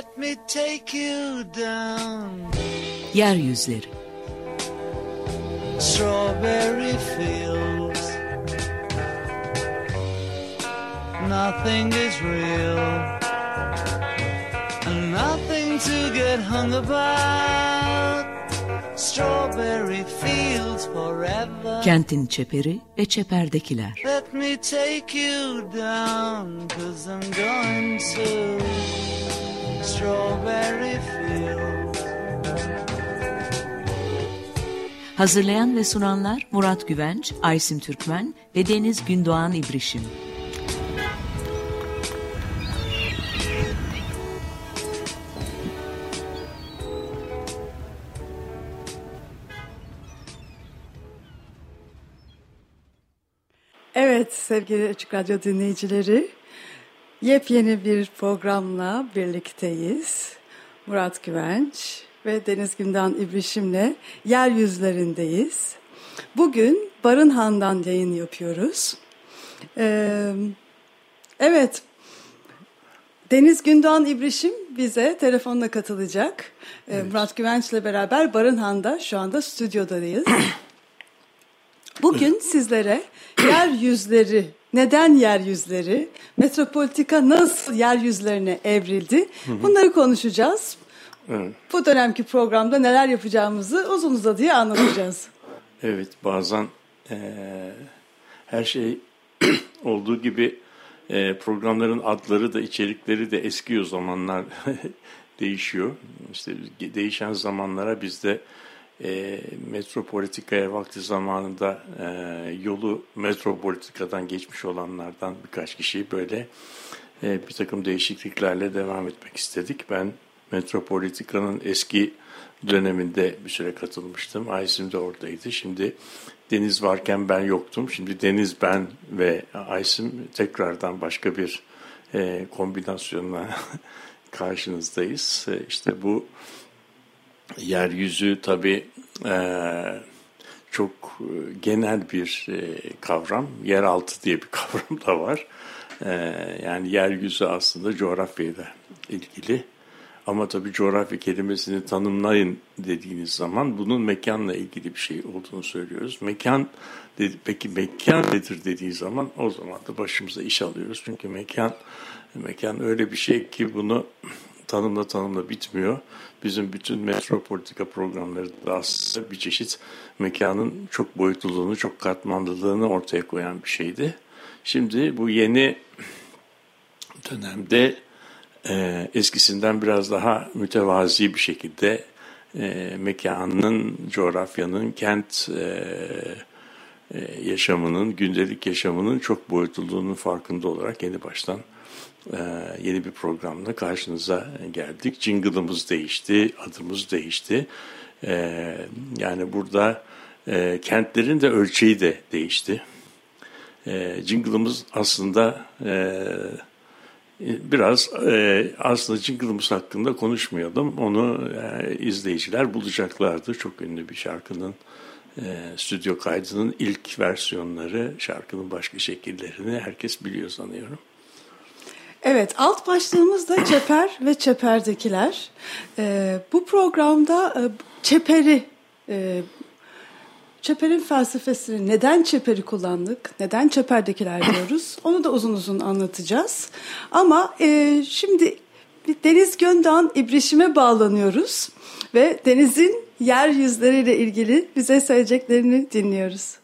Let me take you down. Yeryüzleri. Strawberry fields. Nothing is real. And nothing to get hung about. Strawberry fields forever. Kentin çeperi ve çeperdekiler. Let me take you down, 'cause I'm going to Strawberry fields. Hazırlayan ve sunanlar Murat Güvenç, Aysim Türkmen ve Deniz Gündoğan İbrişim. Evet sevgili Açık Radyo dinleyicileri, yepyeni bir programla birlikteyiz. Murat Güvenç ve Deniz Gündoğan İbrişim'le yeryüzlerindeyiz. Bugün Barınhan'dan yayın yapıyoruz. Evet, Deniz Gündoğan İbrişim bize telefonla katılacak. Evet. Murat Güvenç'le beraber Barınhan'da şu anda stüdyodayız. Bugün sizlere yeryüzleri, neden yeryüzleri, metropolitika nasıl yeryüzlerine evrildi, bunları konuşacağız. Evet. Bu dönemki programda neler yapacağımızı uzun uzadıya anlatacağız. Evet, bazen her şey olduğu gibi programların adları da içerikleri de eskiyor, zamanlar değişiyor. İşte değişen zamanlara biz de metropolitikaya vakti zamanında yolu metropolitikadan geçmiş olanlardan birkaç kişiyi böyle bir takım değişikliklerle devam etmek istedik. Ben metropolitikanın eski döneminde bir süre katılmıştım. Aysim de oradaydı. Şimdi Deniz varken ben yoktum. Şimdi Deniz, ben ve Aysim tekrardan başka bir kombinasyonla karşınızdayız. İşte bu yeryüzü tabii çok genel bir kavram. Yeraltı diye bir kavram da var. Yani yeryüzü aslında coğrafyayla ilgili. Ama tabii coğrafya kelimesini tanımlayın dediğiniz zaman bunun mekanla ilgili bir şey olduğunu söylüyoruz. Peki mekan nedir dediği zaman o zaman da başımıza iş alıyoruz. Çünkü mekan öyle bir şey ki bunu tanımla bitmiyor. Bizim bütün metropolitika programları da aslında bir çeşit mekanın çok boyutluluğunu, çok katmanlılığını ortaya koyan bir şeydi. Şimdi bu yeni dönemde eskisinden biraz daha mütevazi bir şekilde mekanın, coğrafyanın, kent yaşamının, gündelik yaşamının çok boyutluluğunun farkında olarak yeni baştan yeni bir programla karşınıza geldik. Jingle'ımız değişti, adımız değişti. Yani burada kentlerin de ölçeği de değişti. Jingle'ımız aslında biraz aslında jingle'ımız hakkında konuşmayalım. Onu izleyiciler bulacaklardı. Çok ünlü bir şarkının stüdyo kaydının ilk versiyonları, şarkının başka şekillerini herkes biliyor sanıyorum. Evet, alt başlığımız da çeper ve çeperdekiler. Bu programda çeperin felsefesini, neden çeperi kullandık, neden çeperdekiler diyoruz, onu da uzun uzun anlatacağız. Ama şimdi Deniz Gündoğan İbrişim'e bağlanıyoruz ve Deniz'in yeryüzleriyle ilgili bize söyleyeceklerini dinliyoruz.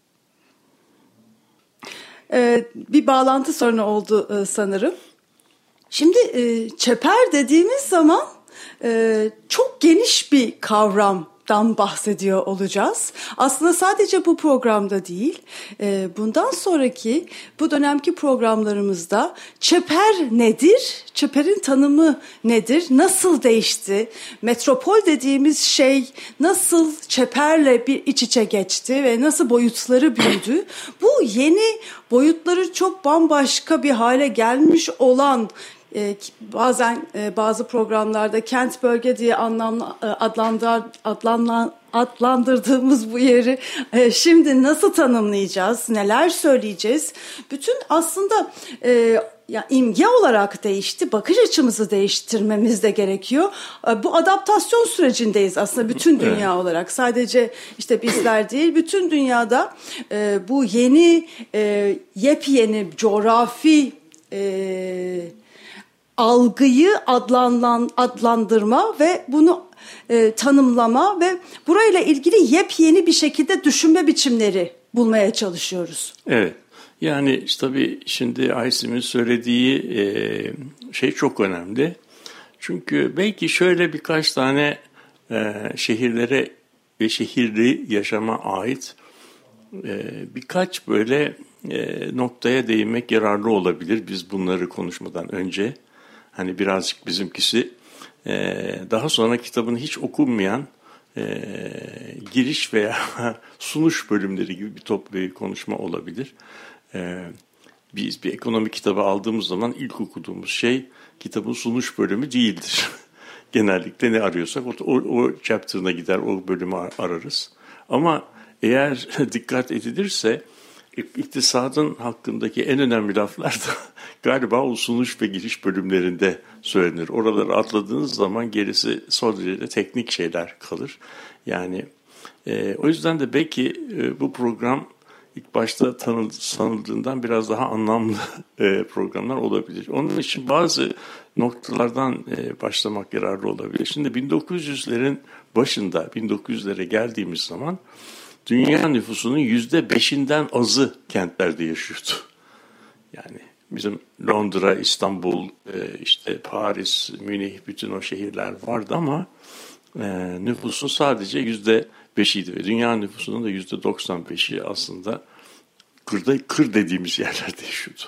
Bir bağlantı sorunu oldu sanırım. Şimdi çeper dediğimiz zaman çok geniş bir kavramdan bahsediyor olacağız. Aslında sadece bu programda değil, bundan sonraki bu dönemki programlarımızda çeper nedir? Çeperin tanımı nedir? Nasıl değişti? Metropol dediğimiz şey nasıl çeperle bir iç içe geçti ve nasıl boyutları büyüdü? Bu yeni boyutları çok bambaşka bir hale gelmiş olan, bazen bazı programlarda kent bölge diye adlandırdığımız bu yeri şimdi nasıl tanımlayacağız, neler söyleyeceğiz? Bütün aslında ya imge olarak değişti, bakış açımızı değiştirmemiz de gerekiyor. Bu adaptasyon sürecindeyiz aslında bütün dünya olarak. Sadece işte bizler değil, bütün dünyada bu yeni, yepyeni coğrafi algıyı adlandırma ve bunu tanımlama ve burayla ilgili yepyeni bir şekilde düşünme biçimleri bulmaya çalışıyoruz. Evet. Yani işte tabii şimdi Aysim'in söylediği şey çok önemli. Çünkü belki şöyle birkaç tane şehirlere ve şehirli yaşama ait birkaç böyle noktaya değinmek yararlı olabilir. Biz bunları konuşmadan önce hani birazcık bizimkisi daha sonra kitabını hiç okunmayan giriş veya sunuş bölümleri gibi bir konuşma olabilir. Biz bir ekonomi kitabı aldığımız zaman ilk okuduğumuz şey kitabın sunuş bölümü değildir. Genellikle ne arıyorsak o chapter'ına gider, o bölümü ararız. Ama eğer dikkat edilirse iktisadın hakkındaki en önemli laflar da galiba o sunuş ve giriş bölümlerinde söylenir. Oraları atladığınız zaman gerisi son derece teknik şeyler kalır. Yani o yüzden de belki bu program ilk başta sanıldığından biraz daha anlamlı programlar olabilir. Onun için bazı noktalardan başlamak yararlı olabilir. Şimdi 1900'lerin başında, 1900'lere geldiğimiz zaman dünya nüfusunun %5'inden azı kentlerde yaşıyordu. Yani bizim Londra, İstanbul, işte Paris, Münih, bütün o şehirler vardı ama nüfusun sadece %5'iydi ve dünya nüfusunun da %95'i aslında kır dediğimiz yerlerde yaşıyordu.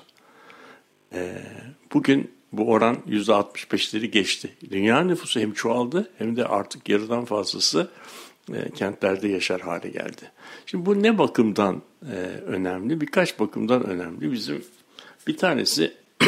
Bugün bu oran %65'leri geçti. Dünya nüfusu hem çoğaldı hem de artık yarıdan fazlası kentlerde yaşar hale geldi. Şimdi bu ne bakımdan önemli? Birkaç bakımdan önemli. Bizim bir tanesi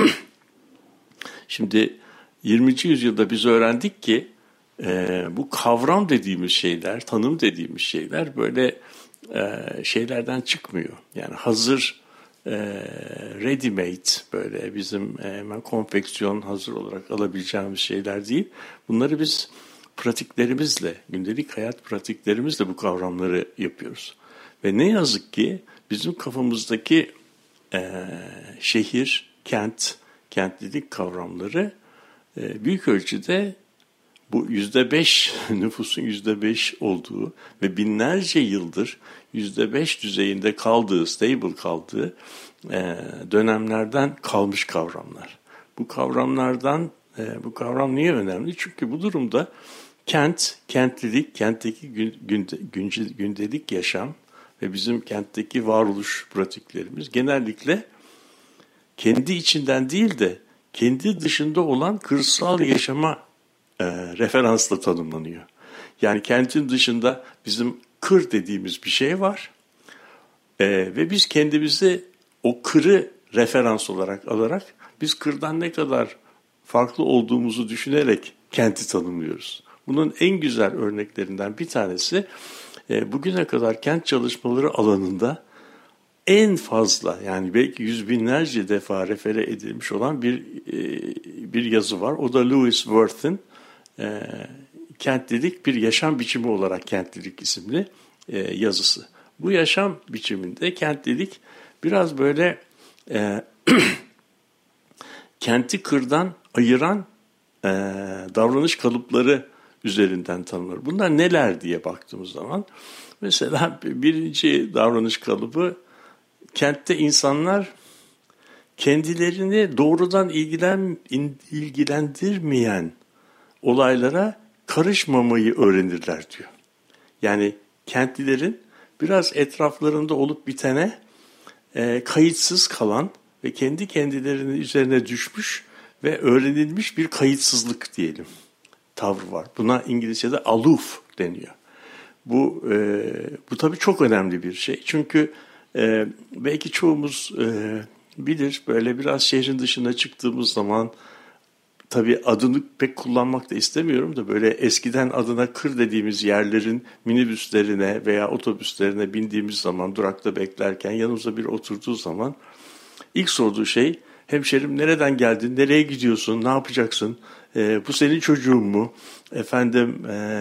şimdi 20. yüzyılda biz öğrendik ki bu kavram dediğimiz şeyler, tanım dediğimiz şeyler böyle şeylerden çıkmıyor. Yani hazır ready made böyle bizim hemen konfeksiyon hazır olarak alabileceğimiz şeyler değil. Bunları biz pratiklerimizle, gündelik hayat pratiklerimizle bu kavramları yapıyoruz. Ve ne yazık ki bizim kafamızdaki şehir, kentlilik kavramları büyük ölçüde bu %5 nüfusun %5 olduğu ve binlerce yıldır %5 düzeyinde kaldığı, stable kaldığı dönemlerden kalmış kavramlar. Bu kavram niye önemli? Çünkü bu durumda kentlilik, kentteki gündelik yaşam ve bizim kentteki varoluş pratiklerimiz genellikle kendi içinden değil de kendi dışında olan kırsal yaşama referansla tanımlanıyor. Yani kentin dışında bizim kır dediğimiz bir şey var ve biz kendimizi o kırı referans olarak alarak biz kırdan ne kadar farklı olduğumuzu düşünerek kenti tanımlıyoruz. Bunun en güzel örneklerinden bir tanesi bugüne kadar kent çalışmaları alanında en fazla yani belki yüz binlerce defa refere edilmiş olan bir yazı var. O da Lewis Worth'ın Kentlilik bir yaşam biçimi olarak Kentlilik isimli yazısı. Bu yaşam biçiminde kentlilik biraz böyle kenti kırdan ayıran davranış kalıpları üzerinden tanımlar. Bunlar neler diye baktığımız zaman mesela birinci davranış kalıbı kentte insanlar kendilerini doğrudan ilgilendirmeyen olaylara karışmamayı öğrenirler diyor. Yani kentlilerin biraz etraflarında olup bitene kayıtsız kalan ve kendi kendilerinin üzerine düşmüş ve öğrenilmiş bir kayıtsızlık diyelim tavrı var. Buna İngilizce'de aloof deniyor. Bu tabii çok önemli bir şey. Çünkü belki çoğumuz bilir böyle biraz şehrin dışına çıktığımız zaman tabii adını pek kullanmak da istemiyorum da böyle eskiden adına kır dediğimiz yerlerin minibüslerine veya otobüslerine bindiğimiz zaman durakta beklerken yanımıza biri oturduğu zaman ilk sorduğu şey hemşerim nereden geldin, nereye gidiyorsun, ne yapacaksın, bu senin çocuğun mu, efendim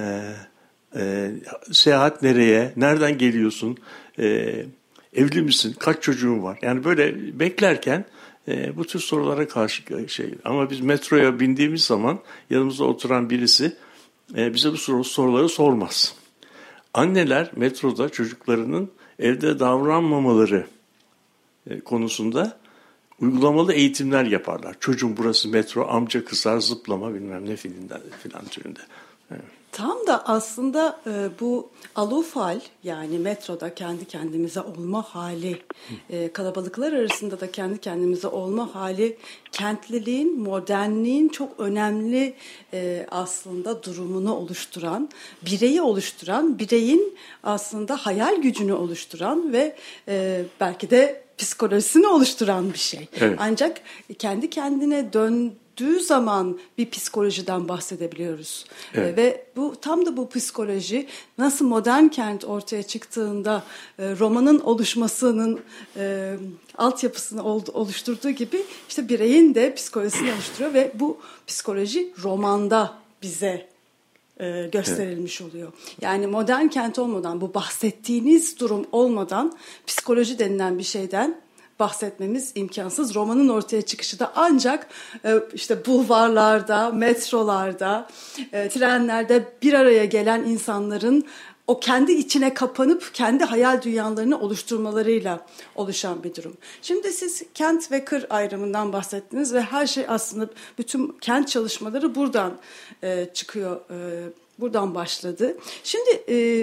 seyahat nereye, nereden geliyorsun, evli misin, kaç çocuğun var, yani böyle beklerken bu tür sorulara karşı ama biz metroya bindiğimiz zaman yanımızda oturan birisi bize bu soruları sormaz. Anneler metroda çocuklarının evde davranmamaları konusunda uygulamalı eğitimler yaparlar. Çocuğum burası metro, amca kızar, zıplama bilmem ne filan türünde. Evet. Tam da aslında bu alufal, yani metroda kendi kendimize olma hali, kalabalıklar arasında da kendi kendimize olma hali, kentliliğin, modernliğin çok önemli aslında durumunu oluşturan, bireyi oluşturan, bireyin aslında hayal gücünü oluşturan ve belki de psikolojisini oluşturan bir şey. Evet. Ancak kendi kendine döndüğü zaman bir psikolojiden bahsedebiliyoruz. Evet. Ve bu tam da bu psikoloji nasıl modern kent ortaya çıktığında romanın oluşmasının altyapısını oluşturduğu gibi işte bireyin de psikolojisini oluşturuyor ve bu psikoloji romanda bize gösterilmiş oluyor. Yani modern kent olmadan, bu bahsettiğiniz durum olmadan psikoloji denilen bir şeyden bahsetmemiz imkansız. Romanın ortaya çıkışı da ancak işte bulvarlarda, metrolarda, trenlerde bir araya gelen insanların o kendi içine kapanıp kendi hayal dünyalarını oluşturmalarıyla oluşan bir durum. Şimdi siz kent ve kır ayrımından bahsettiniz ve her şey aslında bütün kent çalışmaları buradan çıkıyor, buradan başladı. Şimdi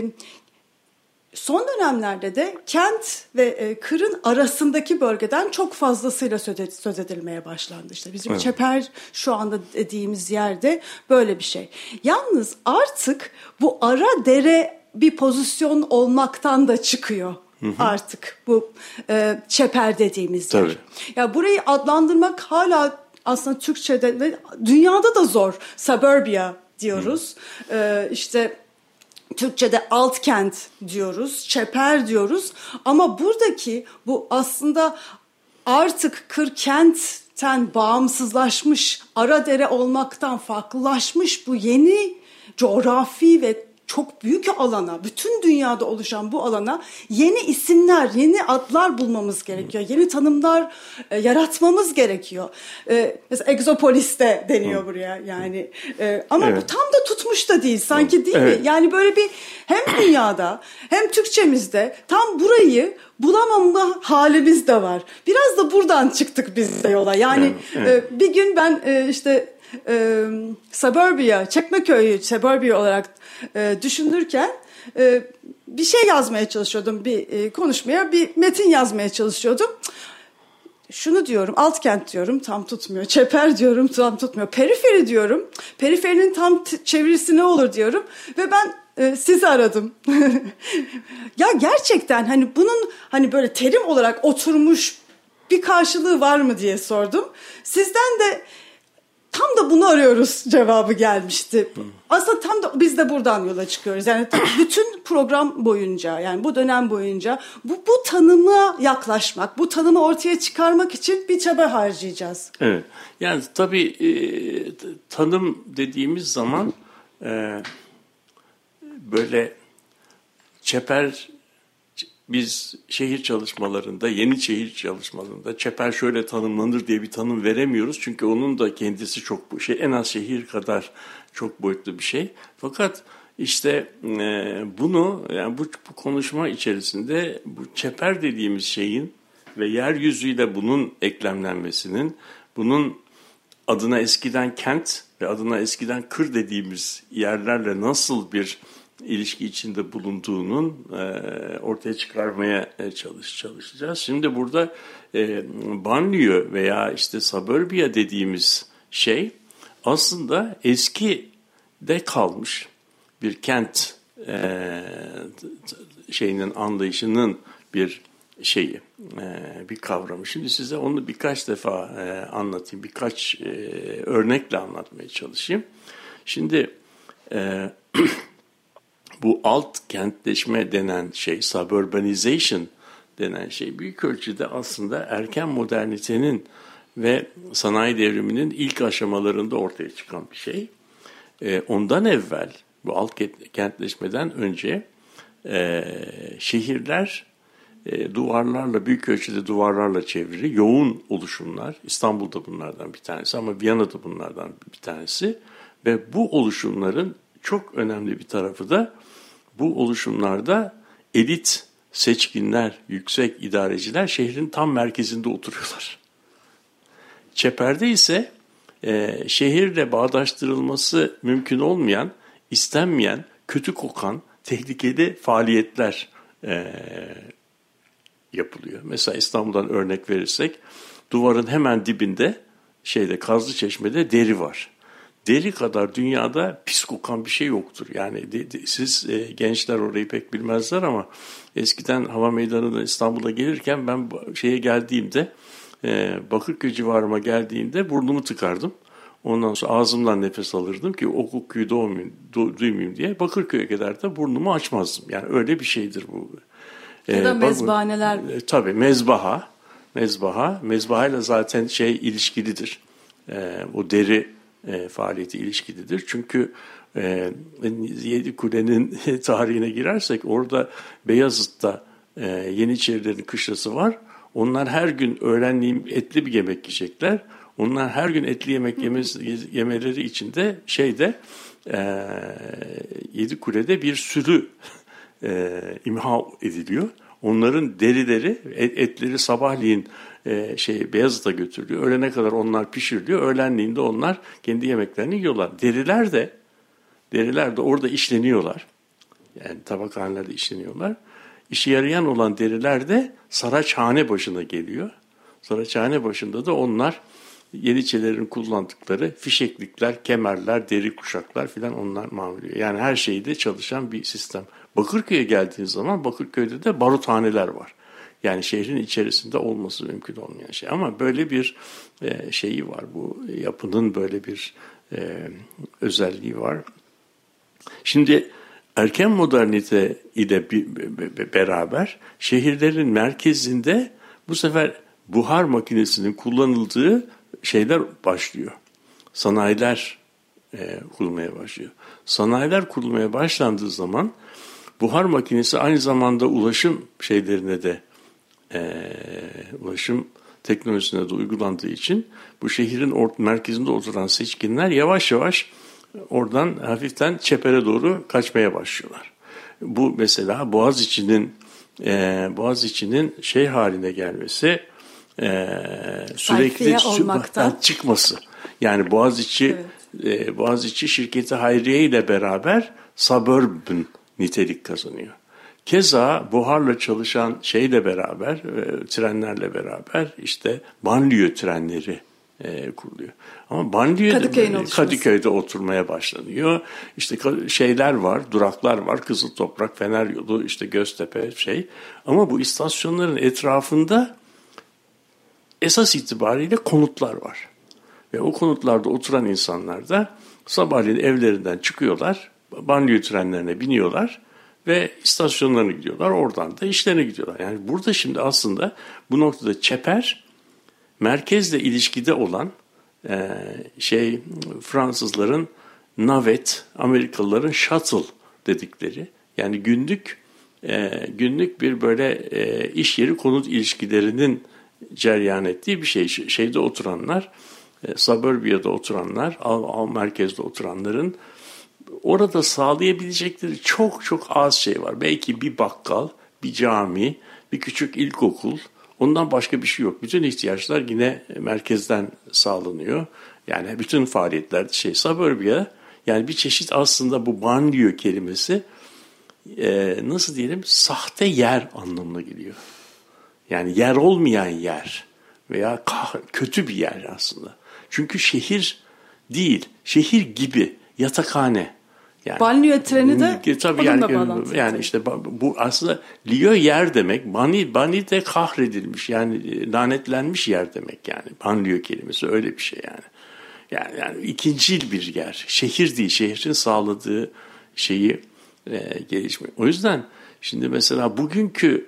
son dönemlerde de kent ve kırın arasındaki bölgeden çok fazlasıyla söz edilmeye başlandı. İşte bizim evet. Çeper şu anda dediğimiz yerde böyle bir şey. Yalnız artık bu ara dere bir pozisyon olmaktan da çıkıyor. Hı-hı. Artık bu çeper dediğimiz yer. Ya burayı adlandırmak hala aslında Türkçe'de ve dünyada da zor. Suburbia diyoruz. İşte Türkçe'de alt kent diyoruz, çeper diyoruz. Ama buradaki bu aslında artık kır kentten bağımsızlaşmış, ara dere olmaktan farklılaşmış bu yeni coğrafi ve çok büyük alana, bütün dünyada oluşan bu alana yeni isimler, yeni adlar bulmamız gerekiyor. Yeni tanımlar yaratmamız gerekiyor. Mesela egzopolis de deniyor buraya yani. Ama evet. Bu tam da tutmuş da değil sanki, değil evet. mi? Yani böyle bir hem dünyada hem Türkçemizde tam burayı bulamama halimiz de var. Biraz da buradan çıktık biz de yola. Yani evet. Bir gün ben işte Suburbia, Çekmeköy'ü Suburbia olarak düşünürken bir şey yazmaya çalışıyordum, bir konuşmaya, bir metin yazmaya çalışıyordum. Şunu diyorum, alt kent diyorum, tam tutmuyor. Çeper diyorum, tam tutmuyor. Periferi diyorum, periferinin tam çevirisi ne olur diyorum ve ben sizi aradım. Ya gerçekten hani bunun hani böyle terim olarak oturmuş bir karşılığı var mı diye sordum. Sizden de tam da bunu arıyoruz cevabı gelmişti. Aslında tam da biz de buradan yola çıkıyoruz. Yani bütün program boyunca, yani bu dönem boyunca bu tanıma yaklaşmak, bu tanımı ortaya çıkarmak için bir çaba harcayacağız. Evet. Yani tabii tanım dediğimiz zaman böyle çeper, biz şehir çalışmalarında, yeni şehir çalışmalarında çeper şöyle tanımlanır diye bir tanım veremiyoruz. Çünkü onun da kendisi çok en az şehir kadar çok boyutlu bir şey. Fakat işte bunu, yani bu konuşma içerisinde bu çeper dediğimiz şeyin ve yeryüzüyle bunun eklemlenmesinin, bunun adına eskiden kent ve adına eskiden kır dediğimiz yerlerle nasıl bir ilişki içinde bulunduğunun ortaya çıkarmaya çalışacağız. Şimdi burada banliyö veya işte suburbia dediğimiz şey aslında eskide kalmış bir kent şeyinin anlayışının bir bir kavramı. Şimdi size onu birkaç defa anlatayım, birkaç örnekle anlatmaya çalışayım. Şimdi bu alt kentleşme denen şey, suburbanization denen şey büyük ölçüde aslında erken modernitenin ve sanayi devriminin ilk aşamalarında ortaya çıkan bir şey. Ondan evvel, bu alt kentleşmeden önce şehirler duvarlarla, büyük ölçüde duvarlarla çevrili yoğun oluşumlar. İstanbul'da bunlardan bir tanesi ama Viyana'da bunlardan bir tanesi. Ve bu oluşumların çok önemli bir tarafı da bu oluşumlarda elit seçkinler, yüksek idareciler şehrin tam merkezinde oturuyorlar. Çeper'de ise şehirle bağdaştırılması mümkün olmayan, istenmeyen, kötü kokan, tehlikeli faaliyetler yapılıyor. Mesela İstanbul'dan örnek verirsek, duvarın hemen dibinde, Kazlıçeşme'de deri var. Deri kadar dünyada pis kokan bir şey yoktur. Yani siz gençler orayı pek bilmezler ama eskiden hava meydanından İstanbul'a gelirken ben geldiğimde, Bakırköy civarıma geldiğimde burnumu tıkardım. Ondan sonra ağzımdan nefes alırdım ki o kokuyu duymayayım diye. Bakırköy'e kadar da burnumu açmazdım. Yani öyle bir şeydir bu. Ya da mezbahaneler. Tabii mezbahayla zaten ilişkilidir. O deri faaliyeti ilişkilidir. Çünkü Yedikule'nin tarihine girersek orada Beyazıt'ta Yeniçerilerin kışlası var. Onlar her gün öğlenleyin etli bir yemek yiyecekler. Onlar her gün etli yemek yemeleri için de Yedikule'de bir sürü imha ediliyor. Onların derileri, etleri sabahleyin Beyazıt'a götürülüyor. Öğlene kadar onlar pişiriliyor. Öğlenleyin de onlar kendi yemeklerini yiyorlar. Deriler de orada işleniyorlar. Yani tabakhanelerde işleniyorlar. İşe yarayan olan deriler de Saraçhane başına geliyor. Saraçhane başında da onlar Yeniçerilerin kullandıkları fişeklikler, kemerler, deri kuşaklar filan onlar mamuluyor. Yani her şeyde çalışan bir sistem. Bakırköy'e geldiğiniz zaman Bakırköy'de de baruthaneler var. Yani şehrin içerisinde olması mümkün olmayan şey. Ama böyle bir şeyi var. Bu yapının böyle bir özelliği var. Şimdi erken modernite ile beraber şehirlerin merkezinde bu sefer buhar makinesinin kullanıldığı şeyler başlıyor. Sanayiler kurulmaya başlıyor. Sanayiler kurulmaya başlandığı zaman buhar makinesi aynı zamanda ulaşım şeylerine de ulaşım teknolojisine de uygulandığı için bu şehrin merkezinde oturan seçkinler yavaş yavaş oradan hafiften çepere doğru kaçmaya başlıyorlar. Bu mesela Boğaziçi'nin haline gelmesi, sürekli çıkması. Yani Boğaziçi şirketi Hayriye ile beraber suburban nitelik kazanıyor. Keza buharla çalışan beraber, trenlerle beraber banliyö trenleri kuruluyor. Ama Kadıköy'de oturmaya başlanıyor. Şeyler var, duraklar var, Kızıltoprak, Fener Yolu, Göztepe Ama bu istasyonların etrafında esas itibariyle konutlar var. Ve o konutlarda oturan insanlar da sabahleyin evlerinden çıkıyorlar, banliyö trenlerine biniyorlar ve istasyonlarına gidiyorlar. Oradan da işlerine gidiyorlar. Yani burada şimdi aslında bu noktada çeper, merkezle ilişkide olan Fransızların navet, Amerikalıların shuttle dedikleri, yani günlük bir böyle iş yeri konut ilişkilerinin cereyan ettiği bir şey. Şeyde oturanlar, suburbia'da oturanlar, merkezde oturanların orada sağlayabilecekleri çok çok az şey var. Belki bir bakkal, bir cami, bir küçük ilkokul, ondan başka bir şey yok. Bütün ihtiyaçlar yine merkezden sağlanıyor. Yani bütün faaliyetler suburbia, yani bir çeşit aslında bu banliyö kelimesi nasıl diyelim, sahte yer anlamına geliyor. Yani yer olmayan yer veya kötü bir yer aslında. Çünkü şehir değil, şehir gibi yatakhane. Yani, banliyö treni de tabii yani işte bu aslında lieu yer demek. Bani de kahredilmiş, yani lanetlenmiş yer demek yani. Banliyö kelimesi öyle bir şey yani. Yani ikincil bir yer. Şehir değil, şehrin sağladığı şeyi gelişme. O yüzden şimdi mesela bugünkü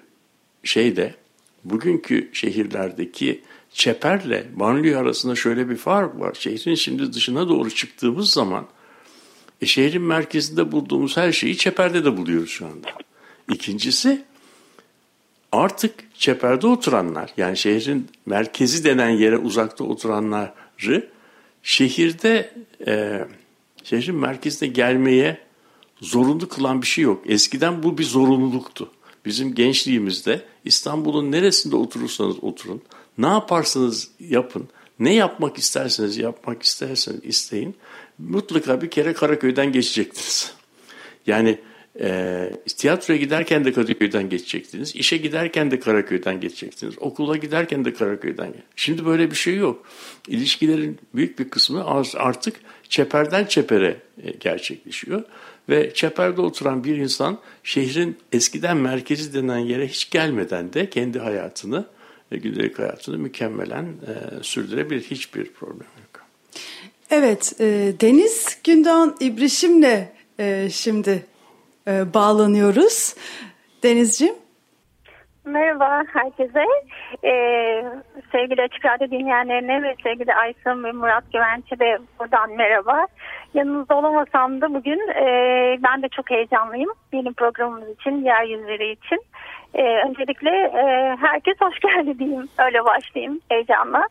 şehirlerdeki çeperle banliyö arasında şöyle bir fark var. Şehrin şimdi dışına doğru çıktığımız zaman şehrin merkezinde bulduğumuz her şeyi çeperde de buluyoruz şu anda. İkincisi, artık çeperde oturanlar, yani şehrin merkezi denen yere uzakta oturanları şehrin merkezine gelmeye zorunlu kılan bir şey yok. Eskiden bu bir zorunluluktu. Bizim gençliğimizde İstanbul'un neresinde oturursanız oturun, ne yaparsanız yapın, ne yapmak isterseniz isteyin, mutlaka bir kere Karaköy'den geçecektiniz. Yani tiyatroya giderken de Karaköy'den geçecektiniz, işe giderken de Karaköy'den geçecektiniz, okula giderken de Karaköy'den. Şimdi böyle bir şey yok. İlişkilerin büyük bir kısmı artık çeperden çepere gerçekleşiyor. Ve çeperde oturan bir insan şehrin eskiden merkezi denen yere hiç gelmeden de kendi hayatını, gündelik hayatını mükemmelen sürdürebilir. Hiçbir problem yok. Evet, Deniz Gündoğan İbrişim'le şimdi bağlanıyoruz. Denizciğim. Merhaba herkese. Sevgili Açık Radyo dinleyenlerine ve sevgili Aysun ve Murat Güvenç'e de buradan merhaba. Yanınızda olamasam da bugün ben de çok heyecanlıyım. Yeni programımız için, yeryüzleri için. Öncelikle herkes hoş geldi diyeyim. Öyle başlayayım heyecanla.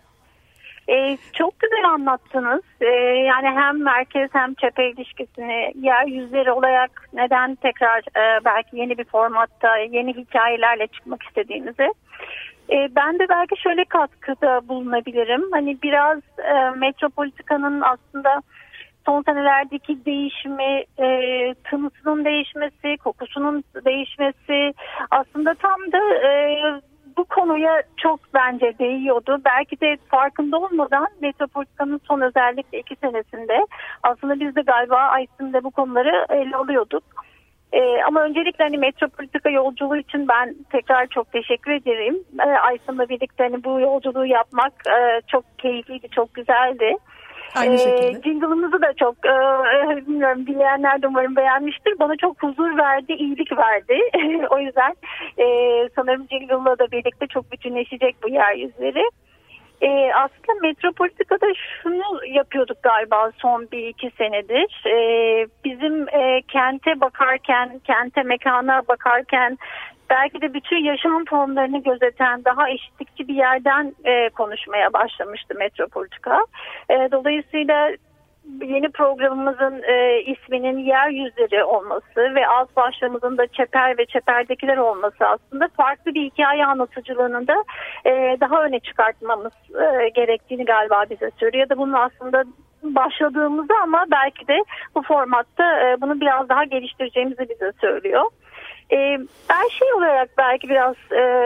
Çok güzel anlattınız. Yani hem merkez hem çepe ilişkisini yeryüzleri olarak neden tekrar belki yeni bir formatta yeni hikayelerle çıkmak istediğinizi. Ben de belki şöyle katkıda bulunabilirim. Hani biraz Metropolitika'nın aslında son senelerdeki değişimi, tınısının değişmesi, kokusunun değişmesi aslında tam da bu konuya çok bence değiyordu. Belki de farkında olmadan Metropolitika'nın son özellikle 2 senesinde aslında biz de galiba Aysun'da bu konuları ele alıyorduk. Ama öncelikle hani Metropolitika yolculuğu için ben tekrar çok teşekkür ederim. Aysun'la birlikte hani bu yolculuğu yapmak çok keyifliydi, çok güzeldi. Aynı şekilde. Jingle'ımızı da çok bilmiyorum, dinleyenler de umarım beğenmiştir. Bana çok huzur verdi, iyilik verdi. O yüzden sanırım Jingle'la da birlikte çok bütünleşecek bu yeryüzleri. Aslında Metropolitika'da şunu yapıyorduk galiba son 1-2 senedir. Bizim kente bakarken, mekana bakarken belki de bütün yaşam formlarını gözeten daha eşitlikçi bir yerden konuşmaya başlamıştı Metropolitika. Dolayısıyla yeni programımızın isminin yeryüzleri olması ve alt başlığımızın da çeper ve çeperdekiler olması aslında farklı bir hikaye anlatıcılığını da daha öne çıkartmamız gerektiğini galiba bize söylüyor. Ya da bunun aslında başladığımızda ama belki de bu formatta bunu biraz daha geliştireceğimizi bize söylüyor. Ben olarak belki biraz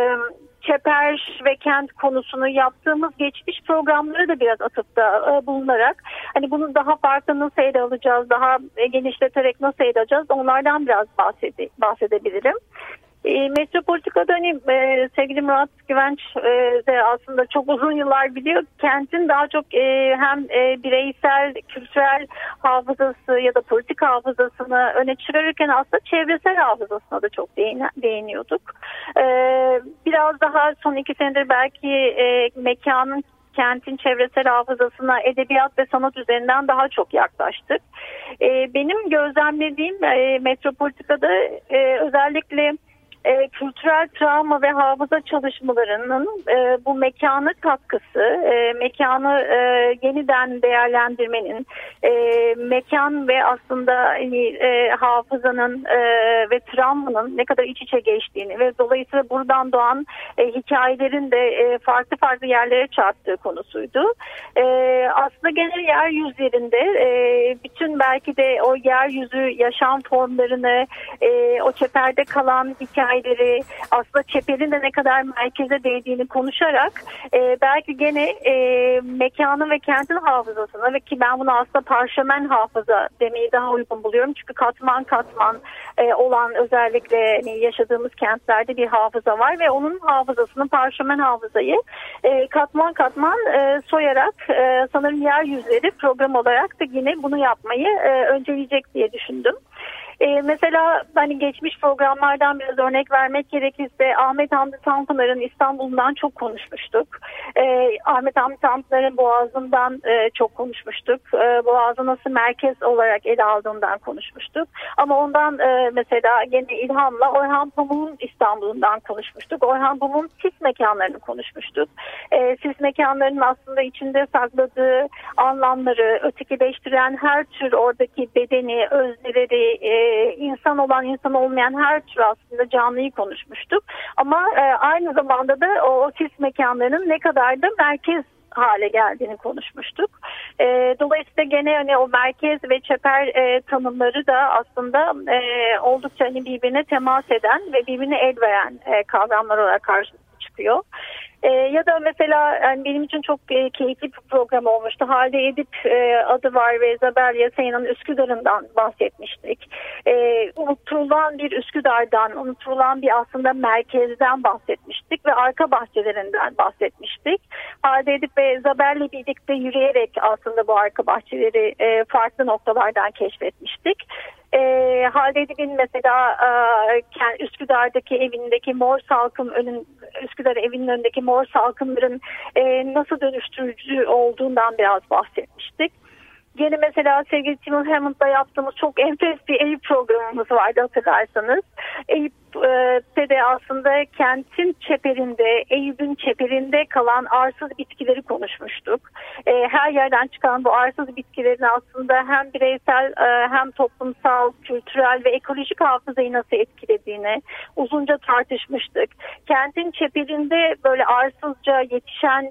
çeper ve kent konusunu yaptığımız geçmiş programları da biraz atıfta bulunarak hani bunu daha farklı nasıl ele alacağız, daha genişleterek nasıl ele alacağız onlardan biraz bahsedebilirim. Metropolitika'da hani sevgili Murat Güvenç de aslında çok uzun yıllar biliyor. Kentin daha çok hem bireysel, kültürel hafızası ya da politik hafızasını öne çıkarırken aslında çevresel hafızasına da çok değiniyorduk. Biraz daha son 2 senedir belki mekanın, kentin çevresel hafızasına edebiyat ve sanat üzerinden daha çok yaklaştık. Benim gözlemlediğim Metropolitika'da özellikle kültürel travma ve hafıza çalışmalarının bu mekana katkısı, mekanı yeniden değerlendirmenin, mekan ve aslında hafızanın ve travmanın ne kadar iç içe geçtiğini ve dolayısıyla buradan doğan hikayelerin de farklı yerlere çarptığı konusuydu. Aslında genel yeryüzlerinde bütün belki de o yeryüzü yaşam formlarını, o çeperde kalan hikayeleri hikayeleri, aslında çeperin de ne kadar merkeze değdiğini konuşarak belki gene mekanın ve kentin hafızasına ve ki ben bunu aslında parşömen hafıza demeyi daha uygun buluyorum. Çünkü katman katman olan özellikle yaşadığımız kentlerde bir hafıza var ve onun hafızasını, parşömen hafızayı katman katman soyarak sanırım yeryüzleri program olarak da yine bunu yapmayı önceleyecek diye düşündüm. Mesela hani geçmiş programlardan biraz örnek vermek gerekirse Ahmet Hamdi Tanpınar'ın İstanbul'dan çok konuşmuştuk. Ahmet Hamdi Tanpınar'ın Boğazı'ndan çok konuşmuştuk. Boğaz'ı nasıl merkez olarak ele aldığından konuşmuştuk. Ama ondan mesela gene ilhamla Orhan Pamuk'un İstanbul'undan konuşmuştuk. Orhan Pamuk'un sis mekanlarını konuşmuştuk. Sis mekanlarının aslında içinde sakladığı anlamları, ötekileştiren her tür oradaki bedeni, özneleri, insan olan insan olmayan her tür aslında canlıyı konuşmuştuk. Ama aynı zamanda da o sis mekanlarının ne kadar da merkez hale geldiğini konuşmuştuk. Dolayısıyla gene hani o merkez ve çeper tanımları da aslında oldukça hani birbirine temas eden ve birbirine el veren kavramlar olarak karşımıza çıkıyor. Ya da mesela yani benim için çok keyifli bir program olmuştu. Halide Edip adı var ve Zabelya Seyhan'ın Üsküdar'ından bahsetmiştik. Unutulan bir Üsküdar'dan, unutulan bir aslında merkezden bahsetmiştik ve arka bahçelerinden bahsetmiştik. Halide Edip ve Zabel'le birlikte yürüyerek aslında bu arka bahçeleri farklı noktalardan keşfetmiştik. Halide Edip'in mesela Üsküdar'daki evindeki mor salkım Üsküdar evinin önündeki mor salkımların nasıl dönüştürücü olduğundan biraz bahsetmiştik. Yine mesela sevgili Tim Hammond'la yaptığımız çok enfes bir Eyüp programımız vardı hatırlarsanız. Eyüp'te de aslında kentin çeperinde, Eyüp'ün çeperinde kalan arsız bitkileri konuşmuştuk. Her yerden çıkan bu arsız bitkilerin aslında hem bireysel hem toplumsal, kültürel ve ekolojik hafızayı nasıl etkilediğini uzunca tartışmıştık. Kentin çeperinde böyle arsızca yetişen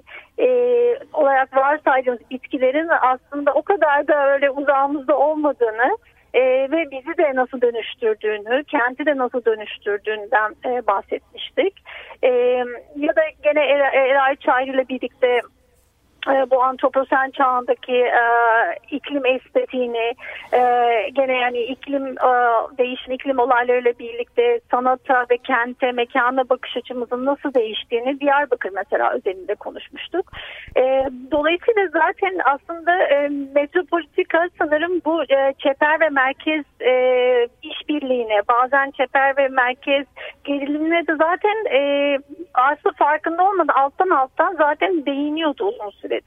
olarak varsaydığımız bitkilerin aslında o kadar da öyle uzağımızda olmadığını ve bizi de nasıl dönüştürdüğünü, kenti de nasıl dönüştürdüğünden bahsetmiştik. Ya da gene Eray Çayır ile birlikte bu antroposen çağındaki iklim estetiğini gene yani değişen iklim olaylarıyla birlikte sanata ve kente, mekana bakış açımızın nasıl değiştiğini Diyarbakır mesela özelinde konuşmuştuk. Dolayısıyla zaten aslında metropolitika sanırım bu çeper ve merkez işbirliğine, bazen çeper ve merkez gerilimine de zaten aslında farkında olmadan alttan zaten değiniyordu uzun süredir.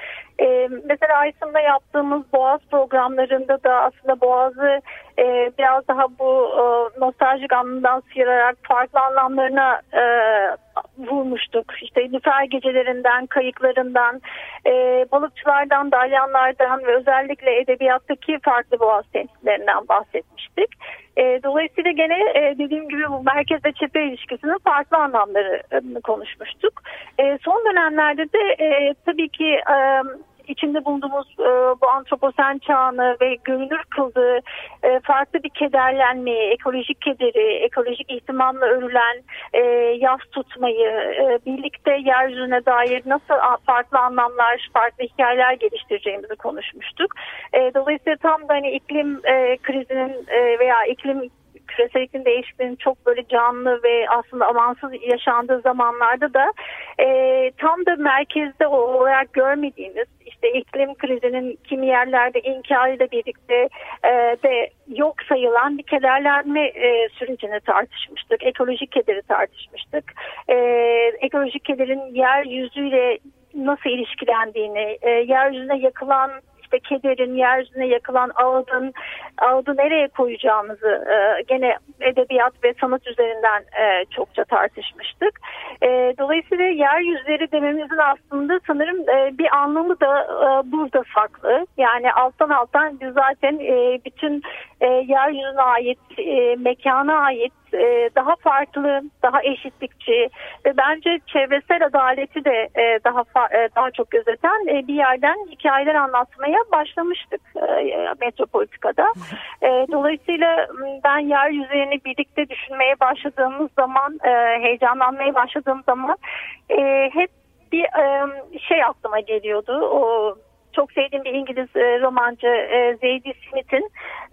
Mesela Aysun'la yaptığımız Boğaz programlarında da aslında Boğaz'ı biraz daha bu nostaljik anlamdan sıyırarak farklı anlamlarına vurmuştuk. İşte Nüfer gecelerinden, kayıklarından, balıkçılardan, dalyanlardan ve özellikle edebiyattaki farklı Boğaz temsillerinden bahsetmiştik. Dolayısıyla gene dediğim gibi bu merkez ve çeper ilişkisinin farklı anlamlarını konuşmuştuk. Son dönemlerde de tabii ki içinde bulunduğumuz bu antroposen çağını ve görünür kıldığı farklı bir kederlenmeyi, ekolojik kederi, ekolojik ihtimamla örülen yas tutmayı, birlikte yeryüzüne dair nasıl farklı anlamlar, farklı hikayeler geliştireceğimizi konuşmuştuk. Dolayısıyla tam da hani iklim krizinin veya küresel iklim değişikliğinin çok böyle canlı ve aslında amansız yaşandığı zamanlarda da tam da merkezde olarak görmediğimiz işte iklim krizinin kimi yerlerde inkarıyla birlikte de yok sayılan bir kederlenme sürecini tartışmıştık. Ekolojik kederi tartışmıştık. Ekolojik kederin yeryüzüyle nasıl ilişkilendiğini, yeryüzüne yakılan kederin, yeryüzüne yakılan ağıdı nereye koyacağımızı gene edebiyat ve sanat üzerinden çokça tartışmıştık. Dolayısıyla yeryüzleri dememizin aslında sanırım bir anlamı da burada saklı. Yani alttan biz zaten bütün yeryüzüne ait, mekana ait daha farklı, daha eşitlikçi ve bence çevresel adaleti de daha çok gözeten bir yerden hikayeler anlatmaya başlamıştık Metropolitika'da. Dolayısıyla ben yeryüzlerini birlikte düşünmeye başladığımız zaman, heyecanlanmaya başladığım zaman hep bir şey aklıma geliyordu. O çok sevdiğim bir İngiliz romancı Zadie Smith'in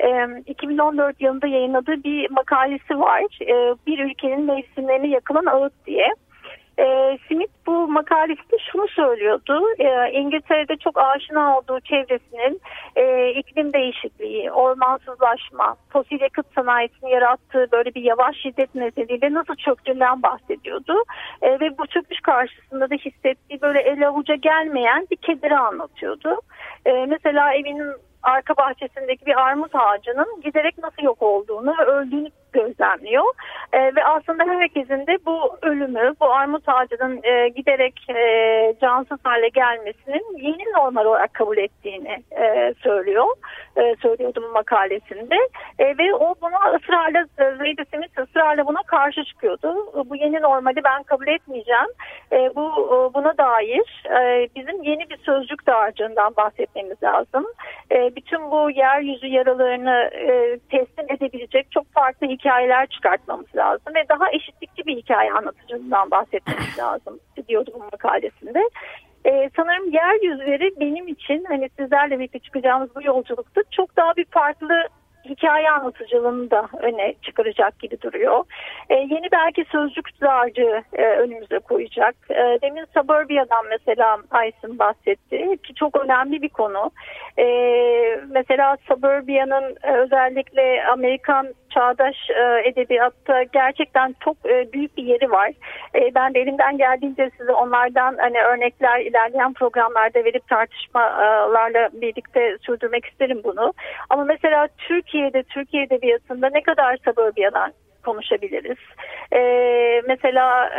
2014 yılında yayınladığı bir makalesi var. Bir ülkenin mevsimlerine yakılan ağıt diye. Smith bu makalesinde şunu söylüyordu. İngiltere'de çok aşina olduğu çevresinin iklim değişikliği, ormansızlaşma, fosil yakıt sanayisinin yarattığı böyle bir yavaş şiddet nedeniyle nasıl çöktüğünden bahsediyordu. Ve bu çöküş karşısında da hissettiği böyle el avuca gelmeyen bir kederi anlatıyordu. Mesela evinin arka bahçesindeki bir armut ağacının giderek nasıl yok olduğunu ve öldüğünü gözlemliyor. Ve aslında herkesin de bu ölümü, bu armut ağacının giderek cansız hale gelmesinin yeni normal olarak kabul ettiğini söylüyordu bu makalesinde. Ve o buna ısrarla, Zadie Smith ısrarla buna karşı çıkıyordu. Bu yeni normali ben kabul etmeyeceğim. Buna dair bizim yeni bir sözcük dağarcığından bahsetmemiz lazım. Bütün bu yeryüzü yaralarını teslim edebilecek çok farklı hikayeler çıkartmamız lazım ve daha eşitlikçi bir hikaye anlatıcılığından bahsetmemiz lazım diyordu bu makalesinde. Sanırım yeryüzleri benim için hani sizlerle birlikte çıkacağımız bu yolculukta çok daha bir farklı hikaye anlatıcılığını da öne çıkaracak gibi duruyor. Yeni belki sözcük dağarcığı önümüze koyacak. Demin Suburbia'dan mesela Aysin bahsetti ki çok önemli bir konu. Mesela Suburbia'nın özellikle Amerikan çağdaş edebiyatta gerçekten çok büyük bir yeri var. Ben de elimden geldiğince size onlardan hani örnekler ilerleyen programlarda verip tartışmalarla birlikte sürdürmek isterim bunu. Ama mesela Türkiye edebiyatında ne kadar Suburbia'dan konuşabiliriz? Mesela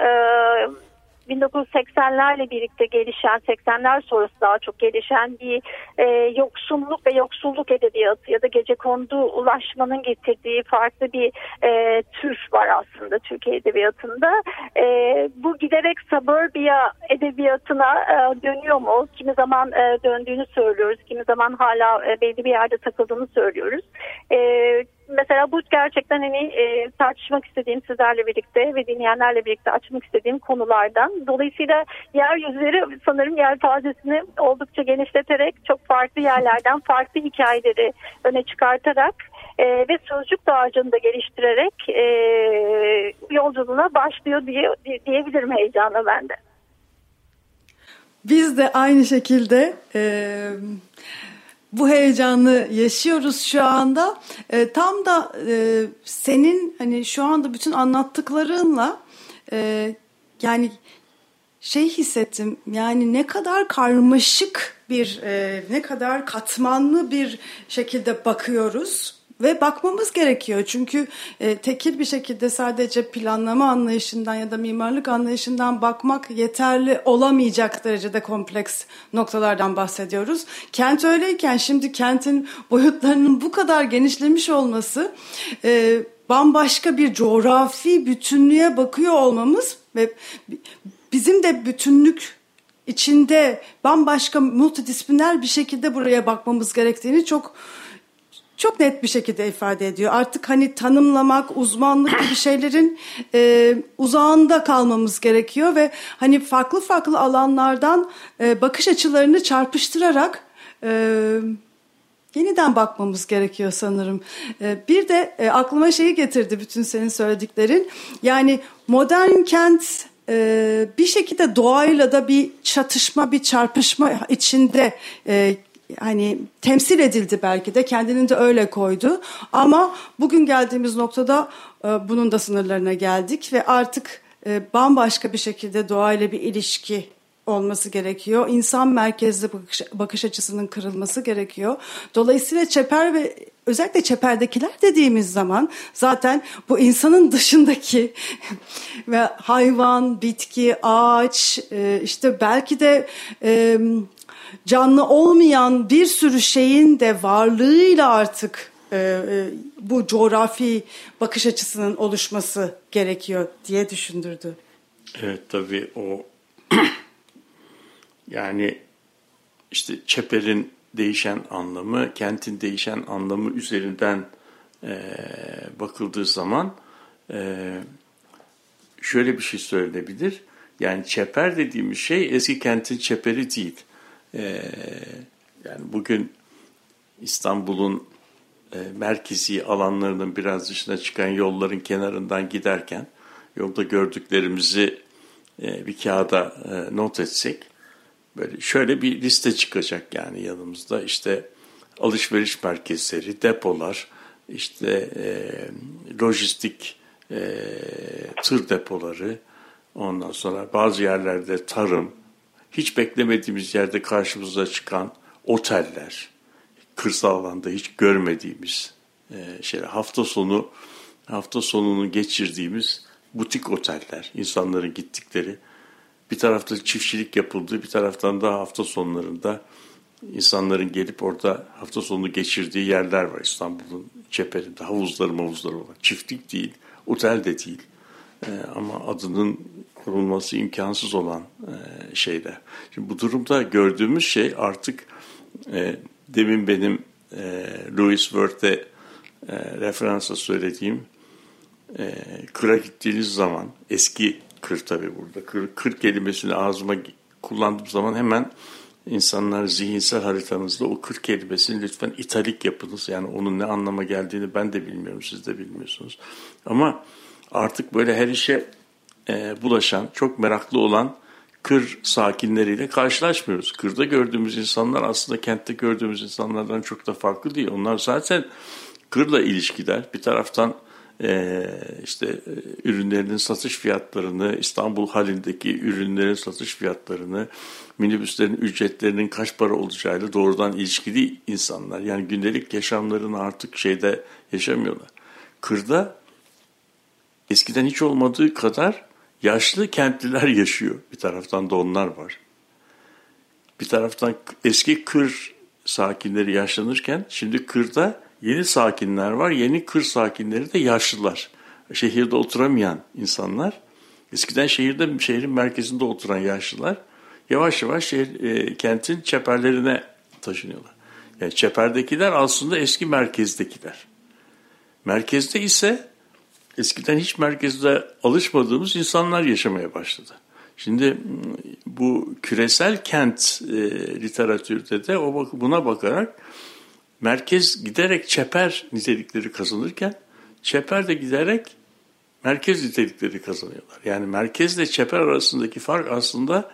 1980'lerle birlikte gelişen, 80'ler sonrası daha çok gelişen bir yoksulluk ve yoksulluk edebiyatı ya da gecekondu ulaşmanın getirdiği farklı bir tür var aslında Türkiye edebiyatında. Bu giderek Suburbia edebiyatına dönüyor mu? Kimi zaman döndüğünü söylüyoruz, kimi zaman hala belli bir yerde takıldığını söylüyoruz. Mesela bu gerçekten hani tartışmak istediğim sizlerle birlikte ve dinleyenlerle birlikte açmak istediğim konulardan. Dolayısıyla yeryüzleri sanırım yelpazesini oldukça genişleterek çok farklı yerlerden farklı hikayeleri öne çıkartarak ve sözcük dağarcığını da geliştirerek yolculuğuna başlıyor diyebilirim heyecanla ben de. Biz de aynı şekilde bu heyecanı yaşıyoruz şu anda. Tam da senin hani şu anda bütün anlattıklarınla yani hissettim. Yani ne kadar karmaşık ne kadar katmanlı bir şekilde bakıyoruz. Ve bakmamız gerekiyor çünkü tekil bir şekilde sadece planlama anlayışından ya da mimarlık anlayışından bakmak yeterli olamayacak derecede kompleks noktalardan bahsediyoruz. Kent öyleyken şimdi kentin boyutlarının bu kadar genişlemiş olması bambaşka bir coğrafi bütünlüğe bakıyor olmamız ve bizim de bütünlük içinde bambaşka multidisipliner bir şekilde buraya bakmamız gerektiğini çok net bir şekilde ifade ediyor. Artık hani tanımlamak, uzmanlık gibi şeylerin uzağında kalmamız gerekiyor ve hani farklı farklı alanlardan bakış açılarını çarpıştırarak yeniden bakmamız gerekiyor sanırım. Bir de aklıma şeyi getirdi bütün senin söylediklerin. Yani modern kent bir şekilde doğayla da bir çatışma, bir çarpışma içinde hani temsil edildi belki de kendini de öyle koydu ama bugün geldiğimiz noktada bunun da sınırlarına geldik ve artık bambaşka bir şekilde doğayla bir ilişki olması gerekiyor. İnsan merkezli bakış açısının kırılması gerekiyor. Dolayısıyla çeper ve özellikle çeperdekiler dediğimiz zaman zaten bu insanın dışındaki ve hayvan, bitki, ağaç işte belki de canlı olmayan bir sürü şeyin de varlığıyla artık bu coğrafi bakış açısının oluşması gerekiyor diye düşündürdü. Evet, tabii o yani işte çeperin değişen anlamı, kentin değişen anlamı üzerinden bakıldığı zaman şöyle bir şey söylenebilir. Yani çeper dediğimiz şey eski kentin çeperi değil. Yani bugün İstanbul'un merkezi alanlarının biraz dışına çıkan yolların kenarından giderken yolda gördüklerimizi bir kağıda not etsek, böyle şöyle bir liste çıkacak yani yanımızda. İşte alışveriş merkezleri, depolar, işte lojistik tır depoları, ondan sonra bazı yerlerde tarım, hiç beklemediğimiz yerde karşımıza çıkan oteller, kırsal alanda hiç görmediğimiz hafta sonunu geçirdiğimiz butik oteller, insanların gittikleri, bir tarafta çiftçilik yapıldığı, bir taraftan da hafta sonlarında insanların gelip orada hafta sonunu geçirdiği yerler var İstanbul'un çeperinde. Havuzları olan. Çiftlik değil, otel de değil. Ama adının korunması imkansız olan şeyler. Şimdi bu durumda gördüğümüz şey artık demin benim Louis Wirth'e referansla söylediğim kıra gittiğiniz zaman, eski kır tabii burada, kır kelimesini ağzıma kullandığım zaman hemen insanlar zihinsel haritanızda o kır kelimesini lütfen italik yapınız. Yani onun ne anlama geldiğini ben de bilmiyorum, siz de bilmiyorsunuz. Ama artık böyle her işe bulaşan, çok meraklı olan kır sakinleriyle karşılaşmıyoruz. Kırda gördüğümüz insanlar aslında kentte gördüğümüz insanlardan çok da farklı değil. Onlar zaten kırla ilişkiler. Bir taraftan ürünlerinin satış fiyatlarını, İstanbul halindeki ürünlerin satış fiyatlarını, minibüslerin ücretlerinin kaç para olacağıyla doğrudan ilişkili insanlar. Yani gündelik yaşamlarını artık yaşamıyorlar. Kırda eskiden hiç olmadığı kadar yaşlı kentliler yaşıyor. Bir taraftan da onlar var. Bir taraftan eski kır sakinleri yaşlanırken şimdi kırda yeni sakinler var. Yeni kır sakinleri de yaşlılar. Şehirde oturamayan insanlar. Eskiden şehrin merkezinde oturan yaşlılar yavaş yavaş kentin çeperlerine taşınıyorlar. Yani çeperdekiler aslında eski merkezdekiler. Merkezde ise eskiden hiç merkezde alışmadığımız insanlar yaşamaya başladı. Şimdi bu küresel kent literatürde de buna bakarak merkez giderek çeper nitelikleri kazanırken çeper de giderek merkez nitelikleri kazanıyorlar. Yani merkezle çeper arasındaki fark aslında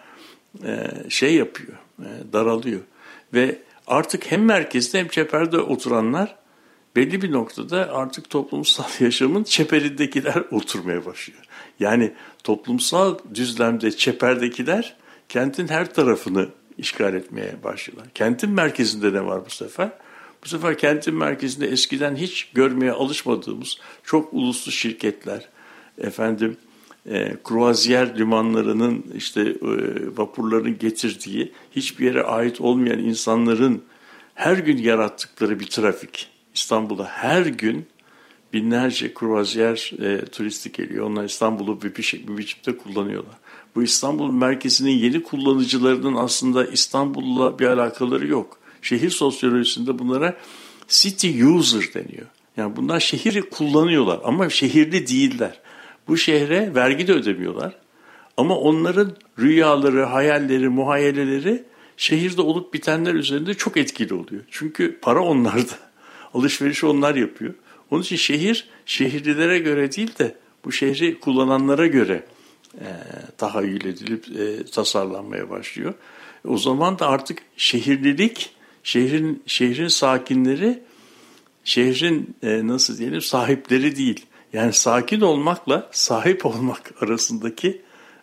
daralıyor. Ve artık hem merkezde hem çeperde oturanlar belli bir noktada artık toplumsal yaşamın çeperindekiler oturmaya başlıyor. Yani toplumsal düzlemde çeperdekiler kentin her tarafını işgal etmeye başlıyorlar. Kentin merkezinde ne var bu sefer? Bu sefer kentin merkezinde eskiden hiç görmeye alışmadığımız çok uluslu şirketler, kruvaziyer limanlarının vapurların getirdiği hiçbir yere ait olmayan insanların her gün yarattıkları bir trafik. İstanbul'da her gün binlerce kruvaziyer turisti geliyor. Onlar İstanbul'u bir biçimde kullanıyorlar. Bu İstanbul'un merkezinin yeni kullanıcılarının aslında İstanbul'la bir alakaları yok. Şehir sosyolojisinde bunlara city user deniyor. Yani bunlar şehri kullanıyorlar ama şehirli değiller. Bu şehre vergi de ödemiyorlar. Ama onların rüyaları, hayalleri, muhayyeleleri şehirde olup bitenler üzerinde çok etkili oluyor. Çünkü para onlarda. Alışverişi onlar yapıyor. Onun için şehir şehirlilere göre değil de bu şehri kullananlara göre tahayyül edilip tasarlanmaya başlıyor. O zaman da artık şehirlilik, şehrin sakinleri, şehrin sahipleri değil. Yani sakin olmakla sahip olmak arasındaki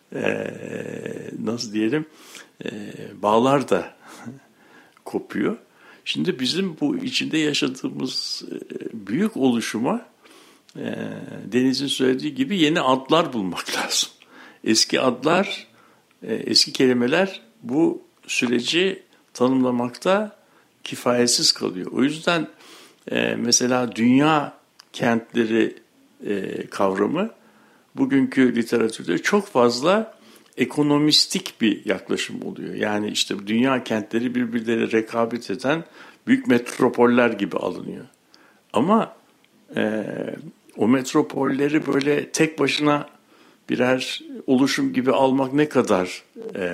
bağlar da kopuyor. Şimdi bizim bu içinde yaşadığımız büyük oluşuma Deniz'in söylediği gibi yeni adlar bulmak lazım. Eski adlar, eski kelimeler bu süreci tanımlamakta kifayetsiz kalıyor. O yüzden mesela dünya kentleri kavramı bugünkü literatürde çok fazla ekonomistik bir yaklaşım oluyor. Yani işte dünya kentleri birbirleriyle rekabet eden büyük metropoller gibi alınıyor. Ama o metropolleri böyle tek başına birer oluşum gibi almak ne kadar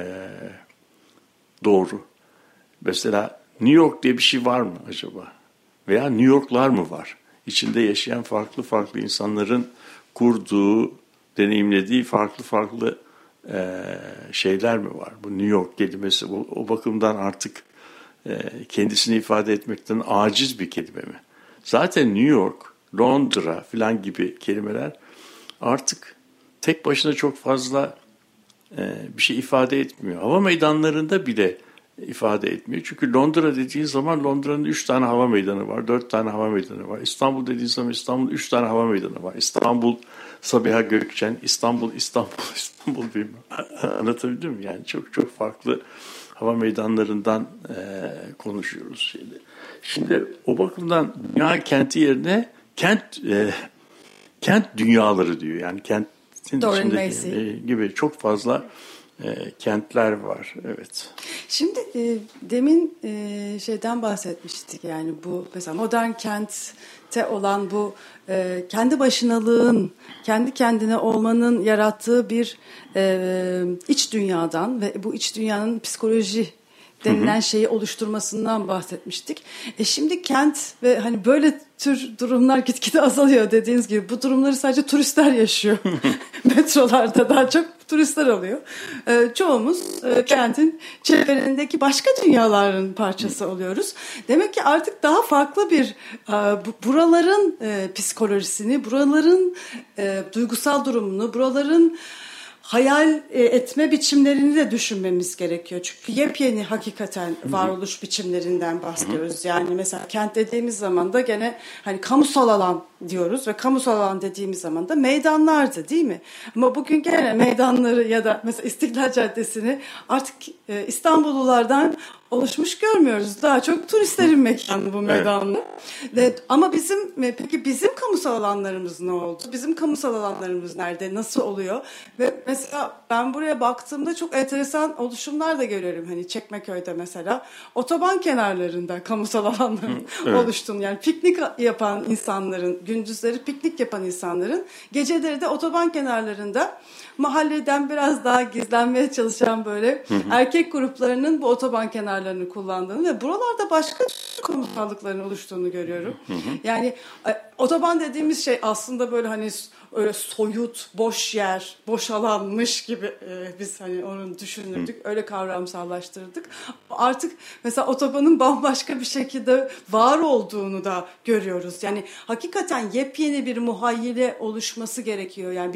doğru? Mesela New York diye bir şey var mı acaba? Veya New York'lar mı var? İçinde yaşayan farklı farklı insanların kurduğu, deneyimlediği farklı şeyler mi var? Bu New York kelimesi o bakımdan artık kendisini ifade etmekten aciz bir kelime mi? Zaten New York, Londra falan gibi kelimeler artık tek başına çok fazla bir şey ifade etmiyor. Hava meydanlarında bile ifade etmiyor. Çünkü Londra dediğin zaman Londra'nın 3 tane hava meydanı var, 4 tane hava meydanı var. İstanbul dediğin zaman İstanbul'un 3 tane hava meydanı var. İstanbul, Sabiha Gökçen, İstanbul bilmem. Anlatabildim mi? Yani çok farklı hava meydanlarından konuşuyoruz şimdi. Şimdi o bakımdan dünya kenti yerine kent dünyaları diyor. Yani kentin içindeki gibi çok fazla kentler var. Evet. Şimdi demin şeyden bahsetmiştik, yani bu mesela modern kentte olan bu kendi başınalığın, kendi kendine olmanın yarattığı bir iç dünyadan ve bu iç dünyanın psikoloji denilen şeyi oluşturmasından bahsetmiştik. Şimdi kent ve hani böyle tür durumlar gitgide azalıyor dediğiniz gibi. Bu durumları sadece turistler yaşıyor. Metrolarda daha çok turistler oluyor. Çoğumuz kentin çevresindeki başka dünyaların parçası oluyoruz. Demek ki artık daha farklı bir buraların psikolojisini, buraların duygusal durumunu, buraların hayal etme biçimlerini de düşünmemiz gerekiyor. Çünkü yepyeni hakikaten varoluş biçimlerinden bahsediyoruz. Yani mesela kent dediğimiz zaman da gene hani kamusal alan diyoruz ve kamusal alan dediğimiz zaman da meydanlardı, değil mi? Ama bugün gene meydanları ya da mesela İstiklal Caddesi'ni artık İstanbullulardan oluşmuş görmüyoruz. Daha çok turistlerin mekanı bu meydanlar. Evet. Ama peki bizim kamusal alanlarımız ne oldu? Bizim kamusal alanlarımız nerede? Nasıl oluyor? Ve mesela ben buraya baktığımda çok enteresan oluşumlar da görüyorum. Hani Çekmeköy'de mesela otoban kenarlarında kamusal alanların oluştuğunu, yani piknik yapan insanların, gündüzleri piknik yapan insanların, geceleri de otoban kenarlarında mahalleden biraz daha gizlenmeye çalışan böyle erkek gruplarının bu otoban kenarlarını kullandığını ve buralarda başka kamusallıkların oluştuğunu görüyorum. Yani otoban dediğimiz şey aslında böyle hani öyle soyut, boş yer, boş alanmış gibi biz hani onu düşünürdük. Öyle kavramsallaştırdık. Artık mesela otobanın bambaşka bir şekilde var olduğunu da görüyoruz. Yani hakikaten yepyeni bir muhayyile oluşması gerekiyor. Yani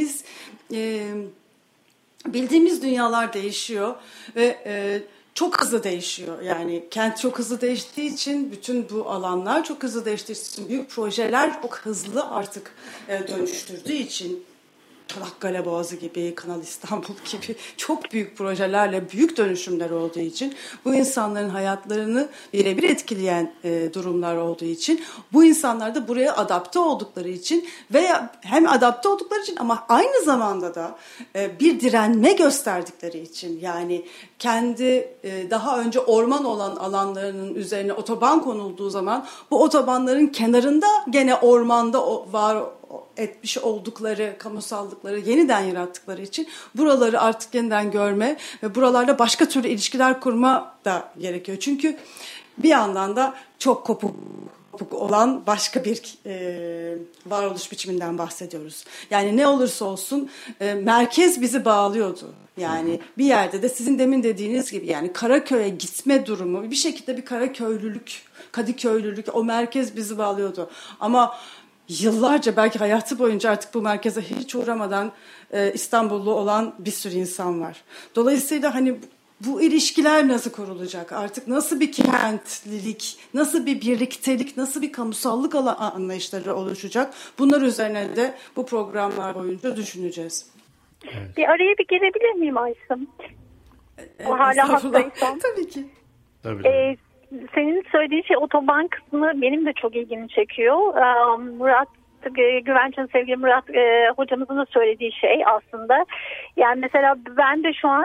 bildiğimiz dünyalar değişiyor ve çok hızlı değişiyor. Yani kent çok hızlı değiştiği için, bütün bu alanlar çok hızlı değiştiği için, büyük projeler çok hızlı artık dönüştürdüğü için, Çanakkale Boğazı gibi, Kanal İstanbul gibi çok büyük projelerle büyük dönüşümler olduğu için, bu insanların hayatlarını birebir etkileyen durumlar olduğu için, bu insanlar da buraya adapte oldukları için veya hem adapte oldukları için ama aynı zamanda da bir direnme gösterdikleri için, yani kendi daha önce orman olan alanlarının üzerine otoban konulduğu zaman bu otobanların kenarında gene ormanda var etmiş oldukları kamusallıkları yeniden yarattıkları için buraları artık yeniden görme ve buralarla başka türlü ilişkiler kurma da gerekiyor. Çünkü bir yandan da çok kopuk olan başka bir varoluş biçiminden bahsediyoruz. Yani ne olursa olsun merkez bizi bağlıyordu. Yani bir yerde de sizin demin dediğiniz gibi, yani Karaköy'e gitme durumu bir şekilde bir Karaköylülük, Kadıköylülük, o merkez bizi bağlıyordu. Ama yıllarca, belki hayatı boyunca artık bu merkeze hiç uğramadan İstanbullu olan bir sürü insan var. Dolayısıyla hani bu ilişkiler nasıl kurulacak? Artık nasıl bir kentlilik, nasıl bir birliktelik, nasıl bir kamusallık anlayışları oluşacak? Bunlar üzerine de bu programlar boyunca düşüneceğiz. Evet. Bir araya bir girebilir miyim Ayşem? O hala hastaysam. Tabii ki. Tabii. senin söylediğin şey otoban kısmı benim de çok ilgimi çekiyor. Murat Güvenç'in, sevgili Murat hocamızın da söylediği şey aslında. Yani mesela ben de şu an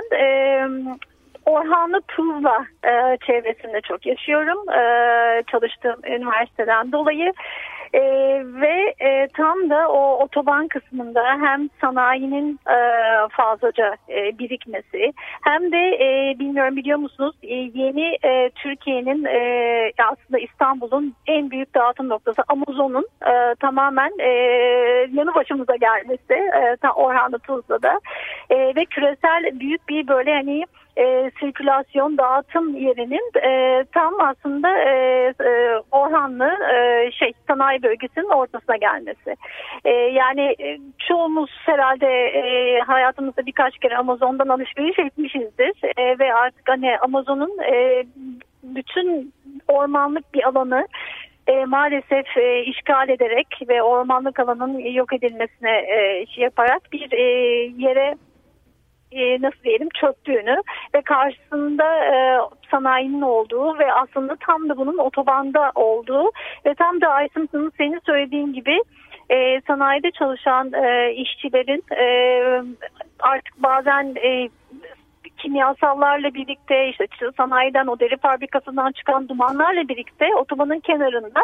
Orhanlı Tuzla çevresinde çok yaşıyorum. Çalıştığım üniversiteden dolayı. Ve tam da o otoban kısmında hem sanayinin fazlaca birikmesi hem de bilmiyorum biliyor musunuz yeni Türkiye'nin aslında İstanbul'un en büyük dağıtım noktası Amazon'un tamamen yanı başımıza gelmesi Orhanlı Tuzla'da ve küresel büyük bir böyle hani sirkülasyon dağıtım yerinin tam aslında Orhanlı sanayi bölgesinin ortasına gelmesi. Yani çoğumuz herhalde hayatımızda birkaç kere Amazon'dan alışveriş etmişizdir ve artık hani Amazon'un bütün ormanlık bir alanı maalesef işgal ederek ve ormanlık alanın yok edilmesine yaparak bir yere nasıl diyelim çöktüğünü ve karşısında sanayinin olduğu ve aslında tam da bunun otobanda olduğu ve tam da Aysim'in senin söylediğin gibi sanayide çalışan işçilerin artık bazen kimyasallarla birlikte işte sanayiden o deri fabrikasından çıkan dumanlarla birlikte otobanın kenarında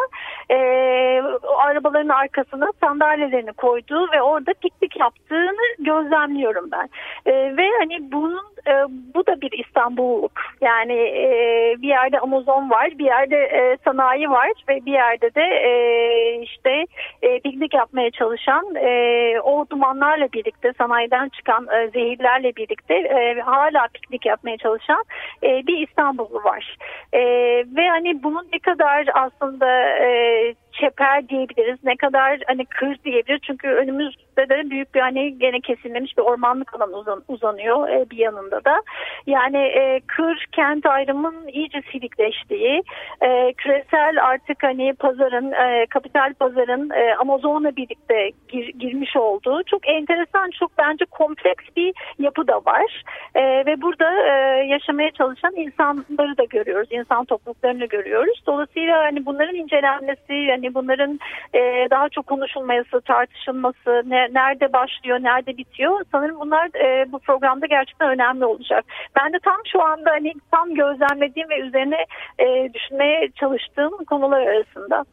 arabaların arkasına sandalyelerini koyduğu ve orada piknik yaptığını gözlemliyorum ben. Ve hani bu da bir İstanbulluk. Yani bir yerde Amazon var, bir yerde sanayi var ve bir yerde de işte piknik yapmaya çalışan o dumanlarla birlikte sanayiden çıkan zehirlerle birlikte hala piknik yapmaya çalışan bir İstanbullu var. Ve hani bunun ne kadar aslında çeper diyebiliriz, ne kadar hani kır diyebiliriz. Çünkü önümüzde de büyük bir hani gene kesilmemiş bir ormanlık alan uzanıyor bir yanında da. Yani kır kent ayrımının iyice silikleştiği, küresel artık hani pazarın, kapital pazarın Amazon'la birlikte girmiş olduğu çok enteresan, çok bence kompleks bir yapı da var. Ve burada yaşamaya çalışan insanları da görüyoruz, insan topluluklarını görüyoruz. Dolayısıyla hani bunların incelenmesi, hani bunların daha çok konuşulması, tartışılması, nerede başlıyor, nerede bitiyor. Sanırım bunlar bu programda gerçekten önemli olacak. Ben de tam şu anda hani tam gözlemlediğim ve üzerine düşünmeye çalıştığım konular arasında.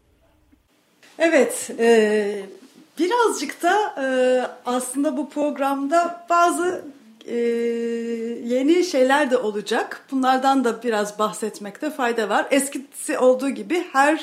Evet, birazcık da aslında bu programda bazı yeni şeyler de olacak. Bunlardan da biraz bahsetmekte fayda var. Eskisi olduğu gibi her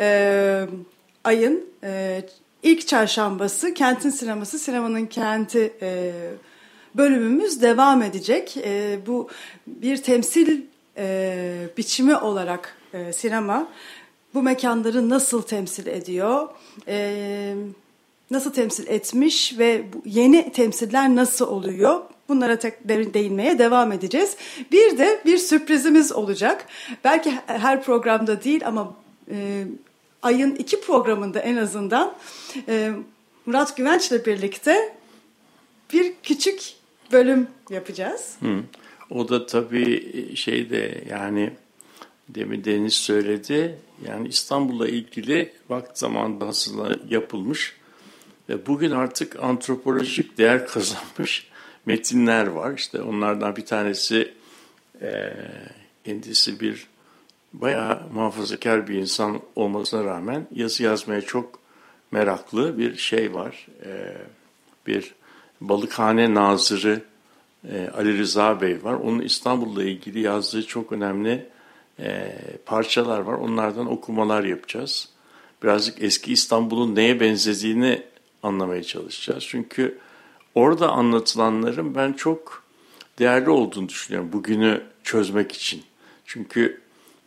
ayın ilk çarşambası Kentin Sineması, Sinemanın Kenti bölümümüz devam edecek. Bu bir temsil biçimi olarak sinema bu mekanları nasıl temsil ediyor, nasıl temsil etmiş ve yeni temsiller nasıl oluyor? Bunlara tek değinmeye devam edeceğiz. Bir de bir sürprizimiz olacak. Belki her programda değil ama ayın 2 programında en azından Murat Güvenç'le birlikte bir küçük bölüm yapacağız. O da tabii yani demin Deniz söyledi. Yani İstanbul'la ilgili vakti zamanında aslında yapılmış ve bugün artık antropolojik değer kazanmış metinler var. İşte onlardan bir tanesi kendisi bir bayağı muhafazakar bir insan olmasına rağmen yazı yazmaya çok meraklı bir şey var. Bir Balıkhane Nazırı Ali Rıza Bey var. Onun İstanbul'la ilgili yazdığı çok önemli parçalar var. Onlardan okumalar yapacağız. Birazcık eski İstanbul'un neye benzediğini anlamaya çalışacağız. Çünkü orada anlatılanların ben çok değerli olduğunu düşünüyorum bugünü çözmek için. Çünkü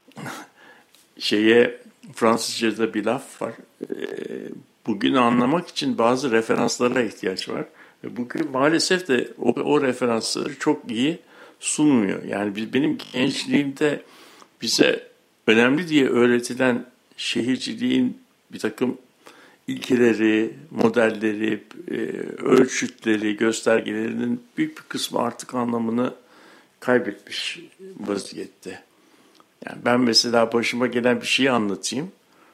Fransızca'da bir laf var. Bugünü anlamak için bazı referanslara ihtiyaç var. Ve bugün maalesef de o referansları çok iyi sunmuyor. Yani benim gençliğimde bize önemli diye öğretilen şehirciliğin bir takım ilkeleri, modelleri, ölçütleri, göstergelerinin büyük bir kısmı artık anlamını kaybetmiş vaziyette. Yani ben mesela başıma gelen bir şeyi anlatayım.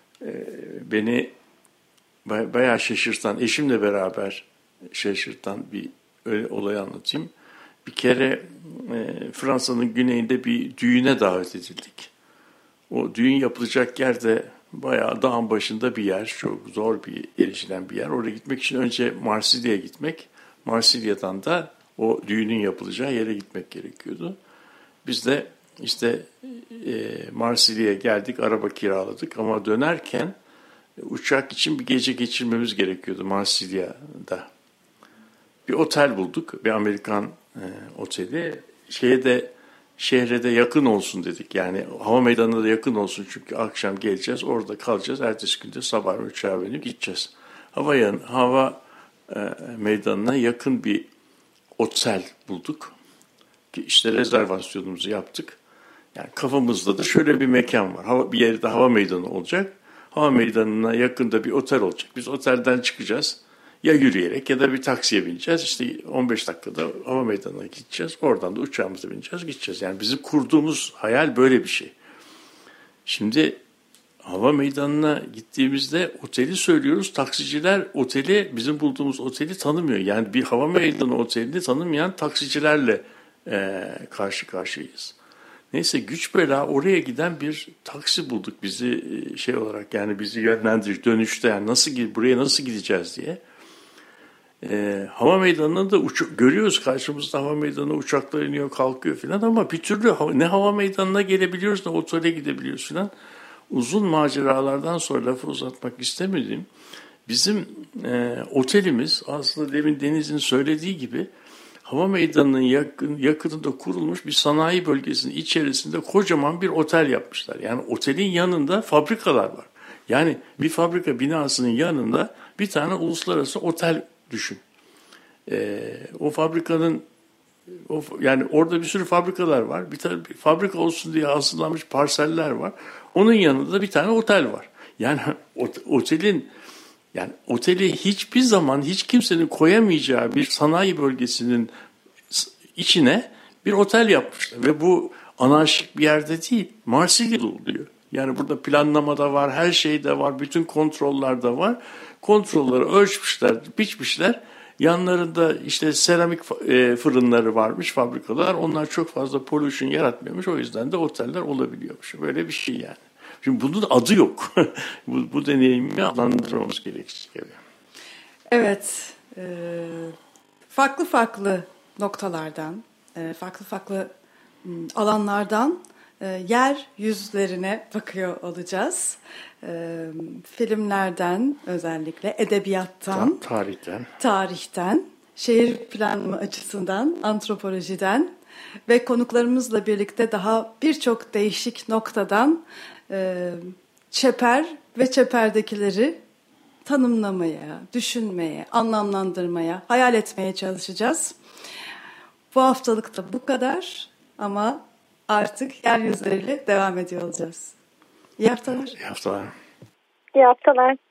Beni bayağı şaşırtan, eşimle beraber şaşırtan bir olay anlatayım. Bir kere Fransa'nın güneyinde bir düğüne davet edildik. O düğün yapılacak yer de bayağı dağın başında bir yer, çok zor bir erişilen bir yer. Oraya gitmek için önce Marsilya'ya gitmek, Marsilya'dan da o düğünün yapılacağı yere gitmek gerekiyordu. Biz de işte Marsilya'ya geldik, araba kiraladık ama dönerken uçak için bir gece geçirmemiz gerekiyordu Marsilya'da. Bir otel bulduk, bir Amerikan oteli. Şehre de yakın olsun dedik. Yani hava meydanına da yakın olsun çünkü akşam geleceğiz, orada kalacağız. Ertesi günde sabah uçağa binip gideceğiz. Hava meydanına yakın bir otel bulduk. İşte rezervasyonumuzu yaptık. Yani kafamızda da şöyle bir mekan var. Bir yerde hava meydanı olacak. Hava meydanına yakında bir otel olacak. Biz otelden çıkacağız. Ya yürüyerek ya da bir taksiye bineceğiz. İşte 15 dakikada hava meydanına gideceğiz. Oradan da uçağımıza bineceğiz, gideceğiz. Yani bizim kurduğumuz hayal böyle bir şey. Şimdi hava meydanına gittiğimizde oteli söylüyoruz. Taksiciler bizim bulduğumuz oteli tanımıyor. Yani bir hava meydanı otelini tanımayan taksicilerle karşı karşıyayız. Neyse güç bela oraya giden bir taksi bulduk bizi olarak, yani bizi yönlendir dönüşte, yani buraya nasıl gideceğiz diye. Hava meydanında da görüyoruz, karşımızda hava meydanı, uçaklar iniyor kalkıyor filan ama bir türlü ne hava meydanına gelebiliyoruz ne otele gidebiliyoruz filan. Uzun maceralardan sonra, lafı uzatmak istemedim. Bizim otelimiz aslında demin Deniz'in söylediği gibi hava meydanının yakınında kurulmuş bir sanayi bölgesinin içerisinde kocaman bir otel yapmışlar. Yani otelin yanında fabrikalar var. Yani bir fabrika binasının yanında bir tane uluslararası otel düşün. O fabrikanın yani orada bir sürü fabrikalar var. Bir tane fabrika olsun diye hazırlanmış parseller var. Onun yanında bir tane otel var. Yani oteli hiçbir zaman hiç kimsenin koyamayacağı bir sanayi bölgesinin içine bir otel yapmışlar. Ve bu anarşik bir yerde değil, Marsilya'da oluyor. Yani burada planlama da var, her şey de var, bütün kontroller de var. Kontrolleri ölçmüşler, biçmişler. Yanlarında işte seramik fırınları varmış, fabrikalar. Onlar çok fazla pollution yaratmıyormuş. O yüzden de oteller olabiliyormuş. Böyle bir şey yani. Şimdi bunun adı yok. bu deneyimi adlandırmamız gerekiyor. Evet. Farklı noktalardan, farklı alanlardan yer yüzlerine bakıyor olacağız. Filmlerden, özellikle edebiyattan, tarihten, şehir planlama açısından, antropolojiden ve konuklarımızla birlikte daha birçok değişik noktadan çeper ve çeperdekileri tanımlamaya, düşünmeye, anlamlandırmaya, hayal etmeye çalışacağız. Bu haftalık da bu kadar ama artık yeryüzleriyle devam ediyor olacağız. İyi haftalar. İyi haftalar. İyi haftalar.